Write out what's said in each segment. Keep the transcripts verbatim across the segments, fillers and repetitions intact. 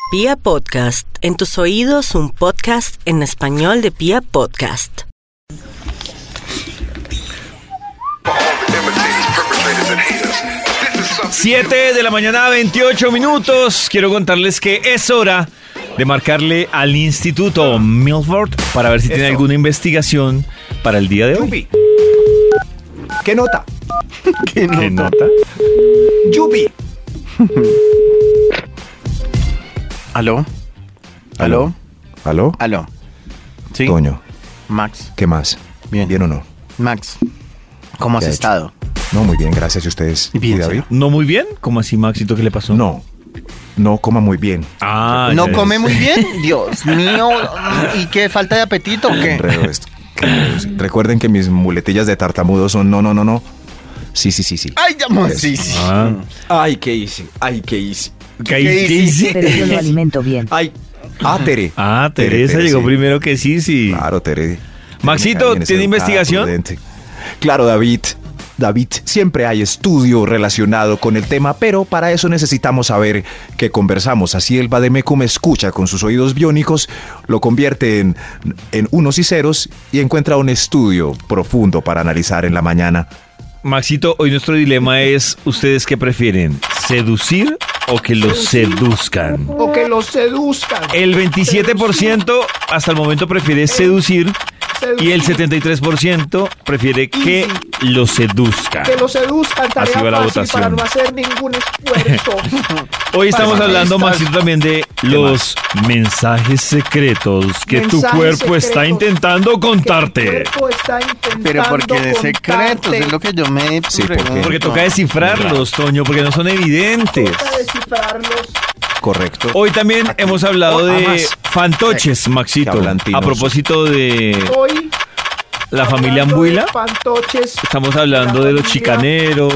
Pia Podcast, en tus oídos un podcast en español de Pia Podcast. siete de la mañana, veintiocho minutos. Quiero contarles que es hora de marcarle al Instituto Milford para ver si Eso. tiene alguna investigación para el día de hoy. Yupi. ¿Qué nota? ¿Qué nota? ¿Qué nota? Yupi. ¿Aló? ¿Aló? ¿Aló? ¿Aló? ¿Sí? Toño, Max. ¿qué más? Bien. ¿Bien o no? Max, ¿cómo has ¿Qué ha estado? No, muy bien, gracias. ¿Y ustedes? Bien, ¿Y David? ¿No muy bien? ¿Cómo así, Maxito? ¿Qué le pasó? No, no coma muy bien. Ah, ¿No ya, come ya. muy bien? Dios mío. ¿Y qué? ¿Falta de apetito o Qué qué? enredo esto. Qué enredo esto. Recuerden que mis muletillas de tartamudo son no, no, no, no. Sí, sí, sí, sí. Ay, ya, amor, Eso. sí, sí. Ah. Ay, ¿qué hice? Ay, ¿qué hice? ¿Qué, ¿Qué qué hice? Pero yo lo alimento bien. Ay, ah, Tere. Ah, Tere, Teresa Tere, llegó sí. primero que sí, sí. Claro, Tere. Maxito, Bien, es ¿tiene educada, investigación? prudente. Claro, David. David, siempre hay estudio relacionado con el tema, pero para eso necesitamos saber qué conversamos. Así el Bademecum escucha con sus oídos biónicos, lo convierte en, en unos y ceros y encuentra un estudio profundo para analizar en la mañana. Maxito, hoy nuestro dilema es, ¿ustedes qué prefieren? ¿Seducir o que los seduzcan? O que los seduzcan. El veintisiete por ciento hasta el momento prefiere seducir y el setenta y tres por ciento prefiere que lo seduzcan. Que lo seduzcan, tarea Así va la fácil votación. para no hacer ningún esfuerzo. Hoy estamos Para hablando, estas- Maxito, también de los mensajes secretos que tu Mensajes cuerpo está secretos intentando Que tu contarte. cuerpo está intentando Pero porque de secretos contarte. es lo que yo me Sí, pregunto. porque- Porque toca descifrarlos, Toño, porque no son evidentes. Toca descifrarlos. Correcto. Hoy también hemos hablado Oh, de además, fantoches, que Maxito. hablan tinos. A propósito de Hoy, la familia hablando Ambuila, de fantoches, estamos hablando la de los familia chicaneros,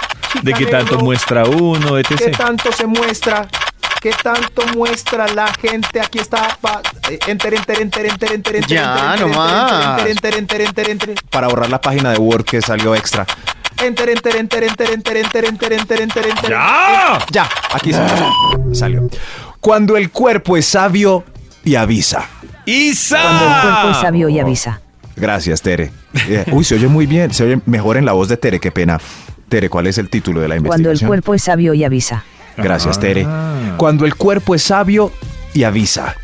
de qué tanto chicanero, muestra uno, qué etcétera. tanto se muestra, qué tanto muestra la gente. Aquí está. pa- eh, Enter, enter, enter, enter, enter, enter, Ya, enter, no enter, más. enter, enter, enter, enter, enter, Para borrar la página de Word que salió extra. enter, enter, enter, enter, enter, enter, enter, enter, enter, enter. ¡Ya! Ya, aquí salió. salió. Cuando el cuerpo es sabio y avisa. ¡Isa! Cuando el cuerpo es sabio y avisa. Gracias, Tere. Eh, uy, se oye muy bien, se oye mejor en la voz de Tere, qué pena. Tere, ¿cuál es el título de la Cuando el investigación? cuerpo es sabio y avisa. Gracias, Ah. Tere. Cuando el cuerpo es sabio y avisa.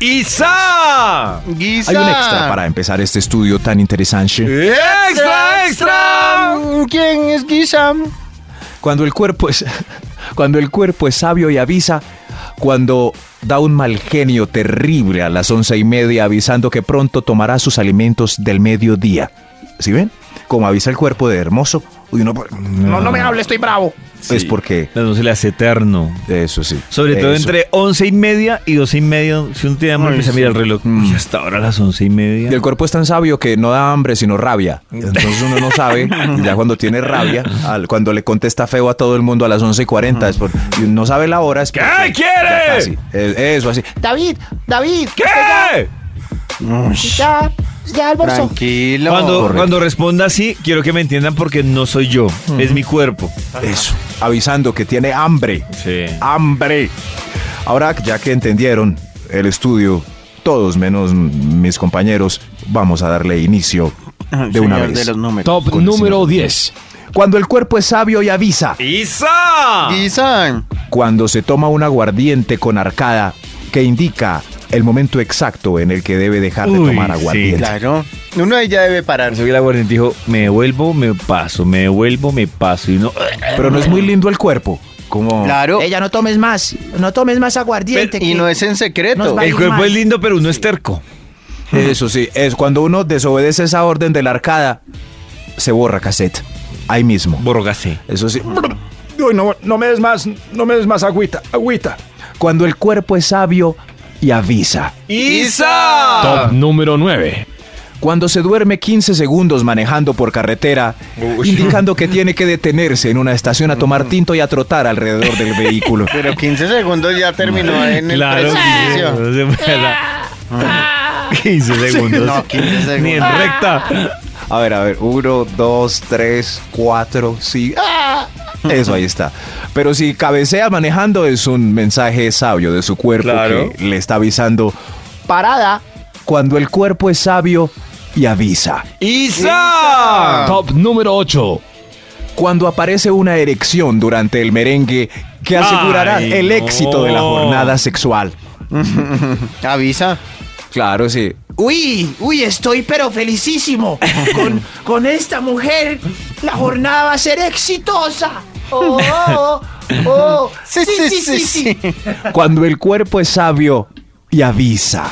¡Isa! Guisa. Hay un extra para empezar este estudio tan interesante. ¡Extra, extra! ¿Quién es Guisa? Cuando el cuerpo es cuando el cuerpo es sabio y avisa, cuando da un mal genio terrible a las once y media avisando que pronto tomará sus alimentos del mediodía. ¿Sí ven? Como avisa el cuerpo de hermoso. Uy, no, No, no me hable, estoy bravo. es porque No se le hace eterno. eso sí. Sobre todo eso. entre once y media y doce y media. Si uno tiene hambre, Ay, empieza a sí. mirar el reloj. Mm. Uy, hasta ahora las once y media. Y el cuerpo es tan sabio que no da hambre, sino rabia. Entonces uno no sabe, y ya cuando tiene rabia, al- cuando le contesta feo a todo el mundo a las once y cuarenta, es por, y no sabe la hora, es ¿Qué porque quiere? ya casi. Es- Eso, así. David, David. ¿Qué? Ya, ya almorzó. Tranquilo. Cuando, Correcto. cuando responda así, quiero que me entiendan porque no soy yo, es mi cuerpo. Eso. Avisando que tiene hambre. Sí. ¡Hambre! Ahora, ya que entendieron el estudio, todos menos mis compañeros, vamos a darle inicio de una Señor vez. de los números. Top Con el número señor. diez. Cuando el cuerpo es sabio y avisa. ¡Isa! Guisa. Cuando se toma un aguardiente con arcada que indica el momento exacto en el que debe dejar de Uy, tomar sí, aguardiente. Claro. Uno ahí ya debe pararse. Soy el aguardiente dijo, me devuelvo, me paso, me devuelvo, me paso. Y uno, Pero no es muy lindo el cuerpo. Como Claro. Ella, no tomes más. No tomes más aguardiente. Y que- no es en secreto. Nos va a el ir cuerpo mal. es lindo, pero uno es terco. Eso sí, es cuando uno desobedece esa orden de la arcada, se borra cassette. Ahí mismo. Borrogase. Eso sí. Uy, no, no me des más, no me des más agüita, agüita. Cuando el cuerpo es sabio y avisa. ¡Isa! Top número nueve. Cuando se duerme quince segundos manejando por carretera, Uy. indicando que tiene que detenerse en una estación a tomar tinto y a trotar alrededor del vehículo. Pero quince segundos ya terminó en el Claro, precipicio. no se puede dar. quince segundos. No, quince segundos. Ni en recta. A ver, a ver, uno, dos, tres, cuatro, sí. ¡Ah! Eso ahí está. Pero si cabecea manejando es un mensaje sabio de su cuerpo Claro. que le está avisando parada cuando el cuerpo es sabio y avisa. ¡Isa! Top número ocho. Cuando aparece una erección durante el merengue que asegurará Ay, el no. éxito de la jornada sexual. Avisa. Claro, sí. Uy, uy, estoy pero felicísimo. Con, con esta mujer la jornada va a ser exitosa. Oh, oh, oh, oh. Sí, sí, sí, sí. Cuando el cuerpo es sabio y avisa.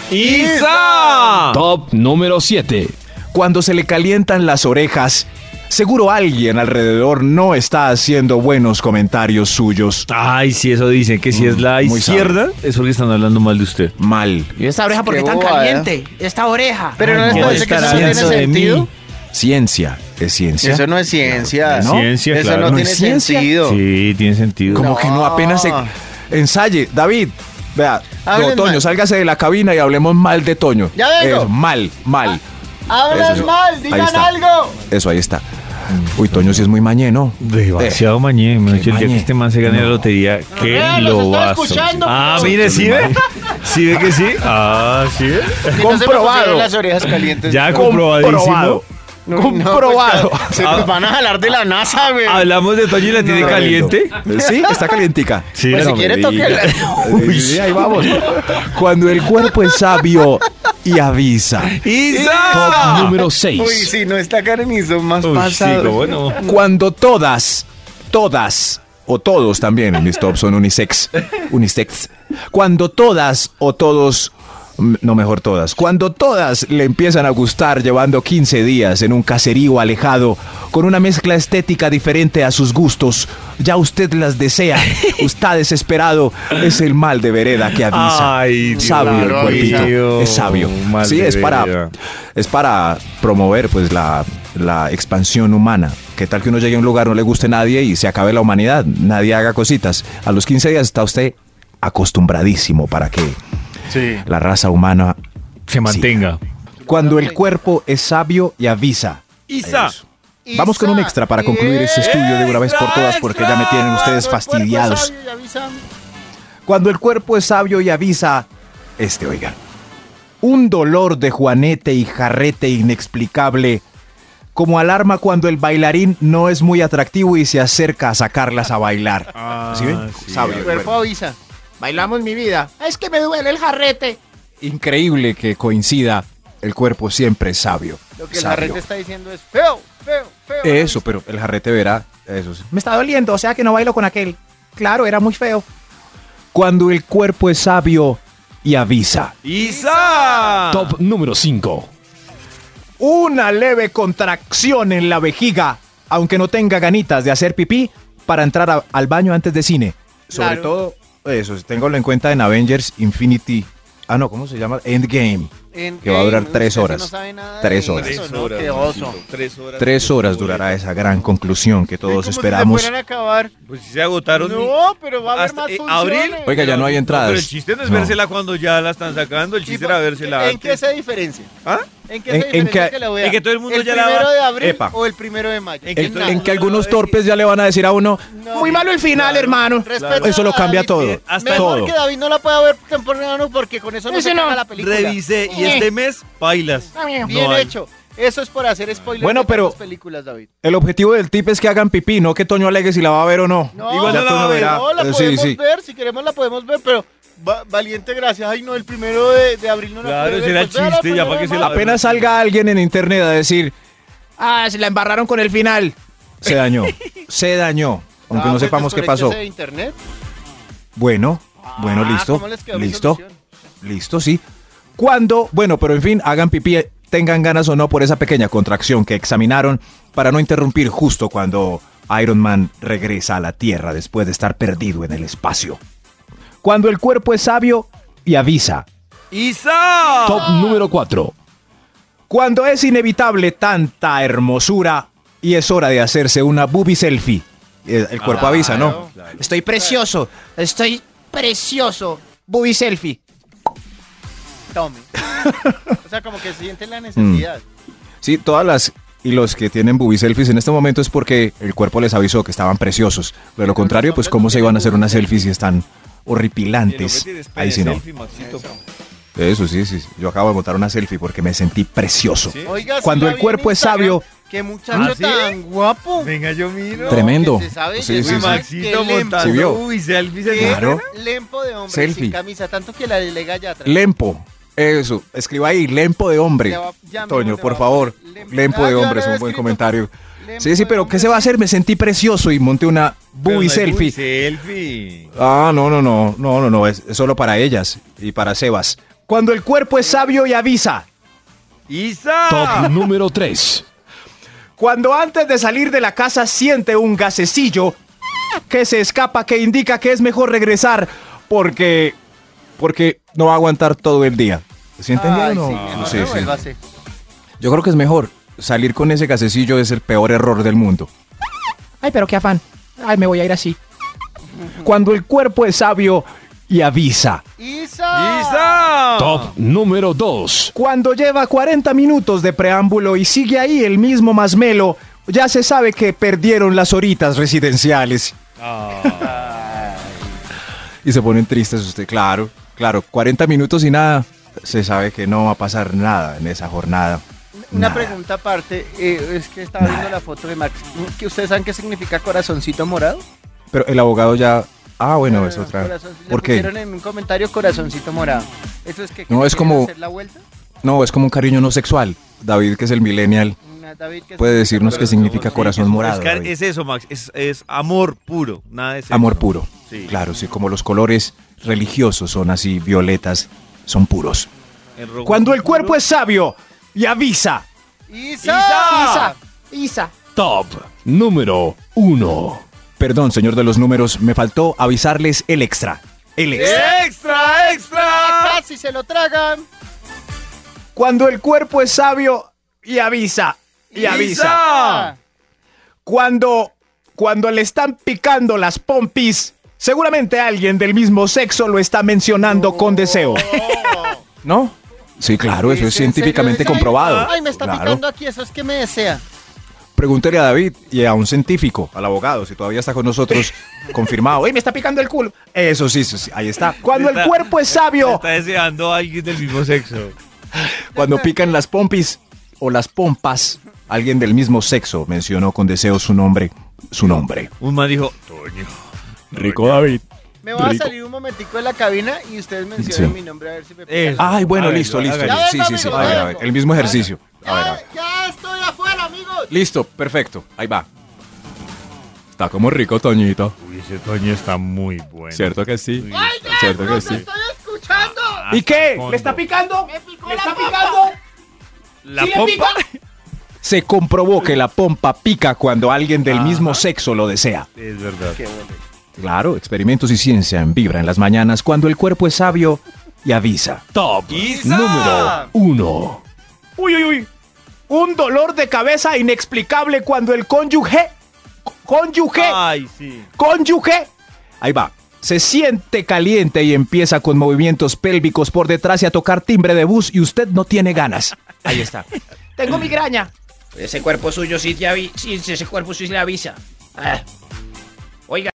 ¡Isa! Top número siete. Cuando se le calientan las orejas, seguro alguien alrededor no está haciendo buenos comentarios suyos. Ay, sí, eso dicen que si es la Muy izquierda, es porque están hablando mal de usted. Mal. ¿Y esta oreja por qué Qué tan bobada. caliente? Esta oreja. Pero no les ¿Quién parece que eso no estará tiene hablando de mí? sentido. Ciencia es ciencia. Eso no es ciencia. ¿No? Ciencia, Eso claro. no, ¿No tiene es ciencia? sentido. Sí, tiene sentido. Como No. que no apenas se ensaye. David, vea, Hablen no, Toño, mal. sálgase de la cabina y hablemos mal de Toño. Ya vengo. Eso, mal, mal. Hablas Eso, mal, ahí digan está. algo. Eso ahí está. Uy, Toño sí es muy mañeno. Demasiado mañé. Me qué el día mañé. que este man se gane la lotería, que Eh, los lo estoy va a escuchando, Ah, pero- mire, ¿sí ve? ¿Sí ve que sí? Ah, ¿sí ve? Si no se me Comprobado. pusieron las orejas calientes. Ya no. comprobadísimo. Comprobado. No, no, pues, Comprobado. se nos van a jalar de la NASA, güey. Hablamos de Toño y la tiene No, caliente. Sí, está calientica. Sí, Pues no si me quiere, diga. tóquela. Uy, sí, ahí vamos. Cuando el cuerpo es sabio y avisa. Top ¡Isa! número seis. Uy, sí, no está Karen y son más Uy, sí, pasados. cómo no. Cuando todas, todas, o todos también, mis tops son unisex, unisex. Cuando todas o todos, mm, no mejor todas, cuando todas le empiezan a gustar llevando quince días en un caserío alejado, con una mezcla estética diferente a sus gustos, ya usted las desea, está desesperado, es el mal de vereda que avisa. Ay, Dios sabio el cuerpito, mío. es sabio. Mal Sí, de es para, vereda. es para promover pues la, la expansión humana. ¿Qué tal que uno llegue a un lugar, no le guste a nadie y se acabe la humanidad? Nadie haga cositas. A los quince días está usted acostumbradísimo para que Sí. la raza humana... Se mantenga. Cuando el cuerpo es sabio y avisa. ¡Isa! Eso. Vamos con un extra para concluir este estudio de una vez por todas porque ya me tienen ustedes fastidiados. Cuando el cuerpo es sabio y avisa, este, oigan, un dolor de juanete y jarrete inexplicable, como alarma cuando el bailarín no es muy atractivo y se acerca a sacarlas a bailar. ¿Sí ven? sí. Sabio El el cuerpo cuerpo. avisa. Bailamos mi vida. Es que me duele el jarrete. Increíble que coincida, el cuerpo siempre es sabio. Lo que el Sabio. jarrete está diciendo es feo, feo, feo. Eso, pero el jarrete verá, eso sí. Me está doliendo, o sea que no bailo con aquel. Claro, era muy feo. Cuando el cuerpo es sabio y avisa. ¡Isa! Top número cinco. Una leve contracción en la vejiga, aunque no tenga ganitas de hacer pipí, para entrar a- al baño antes de cine. Sobre Claro. todo, eso, tengo en cuenta en Avengers Infinity. Ah, no, ¿cómo se llama? Endgame. En que va a durar game, tres usted sí horas. no sabe nada Tres de horas. eso, ¿no? Qué oso. Tres horas. Tres horas durará esa gran conclusión que todos Sí, como esperamos. Si se fueran a acabar. Pues si se agotaron. No, pero va a haber Hasta, más eh, funciones. ¿abril? Oiga, ya no hay No, entradas. pero el chiste no es No. vérsela cuando ya la están sacando, el ¿Y chiste por- era vérsela ¿En qué antes. se diferencia? ¿Ah? ¿En qué En- se en diferencia que- que la vea? en que todo el mundo ¿El ya la primero va- de abril Epa. o el primero de mayo? En que En, todo el en mundo que la algunos ve. torpes ya le van a decir a uno, No, Muy malo el final, Claro. hermano. Respeto eso lo a cambia David. todo. Bien, hasta Mejor todo. que David no la pueda ver temprano porque con eso no Ese se no. caga la película. Revisé y este mes bailas. Bien No hay. hecho. Eso es por hacer spoilers Bueno, de pero- tantas películas, David. el objetivo del tip es que hagan pipí, no que Toño alegue si la va a ver o no. No, Igual ya no la Toño va a ver. verá. no, la Eh, podemos sí, sí. ver, si queremos la podemos ver, pero va- valiente gracias. Ay, no, el primero de, de abril no la Claro, puede ese ver. era el Pues véala chiste, ya primero para que de se la- mayo. Apenas salga alguien en internet a decir, Ah, se la embarraron con el final. se dañó, se dañó, aunque Ah, no pues sepamos qué pasó. desconéctese de internet. Bueno, bueno, Ah, listo, ¿cómo les quedó mi listo, solución? listo, sí. Cuando, bueno, pero en fin, hagan pipí, tengan ganas o no por esa pequeña contracción que examinaron para no interrumpir justo cuando Iron Man regresa a la Tierra después de estar perdido en el espacio. Cuando el cuerpo es sabio y avisa. ¡Isa! Top número cuatro. Cuando es inevitable tanta hermosura y es hora de hacerse una boobie selfie. El, el cuerpo avisa, ¿no? Estoy precioso. Estoy precioso. Booby selfie. Tome. O sea, como que sienten la necesidad. Sí, todas las Y los que tienen booby selfies en este momento es porque el cuerpo les avisó que estaban preciosos. De lo contrario, pues cómo se iban a hacer una selfie si están horripilantes. Ahí sí no. Eso sí, sí. sí. Yo acabo de montar una selfie porque me sentí precioso. Oiga, Cuando sí la el vi cuerpo en es sabio. Instagram. Qué muchacho ¿Ah, sí? tan guapo. Venga, yo miro. Tremendo. Que se sabe Sí, que sí, es sí. Maxito que lempo. montando. ¿Sí vio? Uy, selfies en Qué Claro. lempo de hombre Selfie. sin camisa, tanto que la delega allá atrás. Lempo. Eso. Escriba ahí, lempo de hombre. Ya va- ya mismo Toño, le por va a favor. poner lempo. Lempo Ah, de ya hombre lo es había un buen escrito. comentario. Lempo Sí, sí, de pero hombre. ¿qué se va a hacer? Me sentí precioso y monté una booby selfie. Selfie. Ah, no, no, no, no, no, no, es, es solo para ellas y para Sebas. Cuando el cuerpo es sabio y avisa. Isa. Top número tres. Cuando antes de salir de la casa siente un gasecillo que se escapa que indica que es mejor regresar porque porque no va a aguantar todo el día. ¿Sí entendieron? Ay, o sí, no? mejor Sí, no sí. vuelva a hacer. Yo creo que es mejor. Salir con ese gasecillo es el peor error del mundo. Ay, pero qué afán. Ay, me voy a ir así. Cuando el cuerpo es sabio y avisa. ¡Isa! Isa. Top número dos. Cuando lleva cuarenta minutos de preámbulo y sigue ahí el mismo masmelo, ya se sabe que perdieron las horitas residenciales. Y se ponen tristes usted, claro, claro, cuarenta minutos y nada, se sabe que no va a pasar nada en esa jornada. Una Nada. pregunta aparte, eh, es que estaba viendo la foto de Max. ¿Que ¿Ustedes saben qué significa corazoncito morado? Pero el abogado ya... Ah, bueno, es otra. Corazón- le ¿Por qué? pusieron en un comentario corazoncito morado. ¿Eso es que No, que es le como- quieren hacer la vuelta? No, es como un cariño no sexual. David, que es el millennial, Una- David, ¿qué puede significa decirnos qué corazón? significa corazón morado. Es, que- David. es eso, Max. Es, es amor puro. Nada de sexo. Amor puro. Sí. Claro, sí, como los colores religiosos son así, violetas, son puros. El rojo Cuando el puro. cuerpo es sabio y avisa. ¡Isa! Isa, Isa. Top número uno. Perdón, señor de los números, me faltó avisarles el extra. El extra. ¡Extra, extra! ¡Casi se lo tragan! Cuando el cuerpo es sabio y avisa. Y avisa. Isa. Cuando, cuando le están picando las pompis, seguramente alguien del mismo sexo lo está mencionando con deseo. ¿No? Sí, claro, eso es ¿En serio? científicamente Ay, comprobado. Ay, me está Claro. picando aquí, eso es que me desea. Pregúntele a David y a un científico, al abogado, si todavía está con nosotros, confirmado. ¡Ey, me está picando el culo! Eso sí, eso sí, ahí está. Cuando el Está- cuerpo es sabio, Está deseando a alguien del mismo sexo. cuando pican las pompis o las pompas, alguien del mismo sexo mencionó con deseo su nombre, su nombre. Un man dijo, Toño. Rico David. Me voy Rico. a salir un momentico de la cabina y ustedes mencionen Sí. mi nombre a ver si me Eso. pican. Ay, bueno, A ver, listo, listo. hágale. Ya Sí, vengo, sí, sí. amigo, A ver, ya a ver, vengo. el mismo ejercicio. A ver, a ver. Ya, ya estoy afuera, amigos. Listo, perfecto. Ahí va. Está como rico, Toñito. Uy, ese Toño está muy bueno. ¿Cierto que sí? Uy, Ay, Cierto ya, que sí. estoy escuchando. ¿Y qué? fondo. ¿Le está picando? Me picó ¿Le la está pompa. picando? La ¿Sí le pompa. pica? Se comprobó que la pompa pica cuando alguien del Ajá. mismo sexo lo desea. Es verdad. Qué bueno. Claro, experimentos y ciencia en Vibra en las mañanas cuando el cuerpo es sabio y avisa. Top Isa. número uno. Uy, uy, uy. Un dolor de cabeza inexplicable cuando el cónyuge... Cónyuge... Ay, sí. cónyuge. Ahí va. Se siente caliente y empieza con movimientos pélvicos por detrás y a tocar timbre de bus y usted no tiene ganas. Ahí está. Tengo migraña. Ese cuerpo suyo sí te avi- sí, ese cuerpo sí le avisa. Ah. Oiga.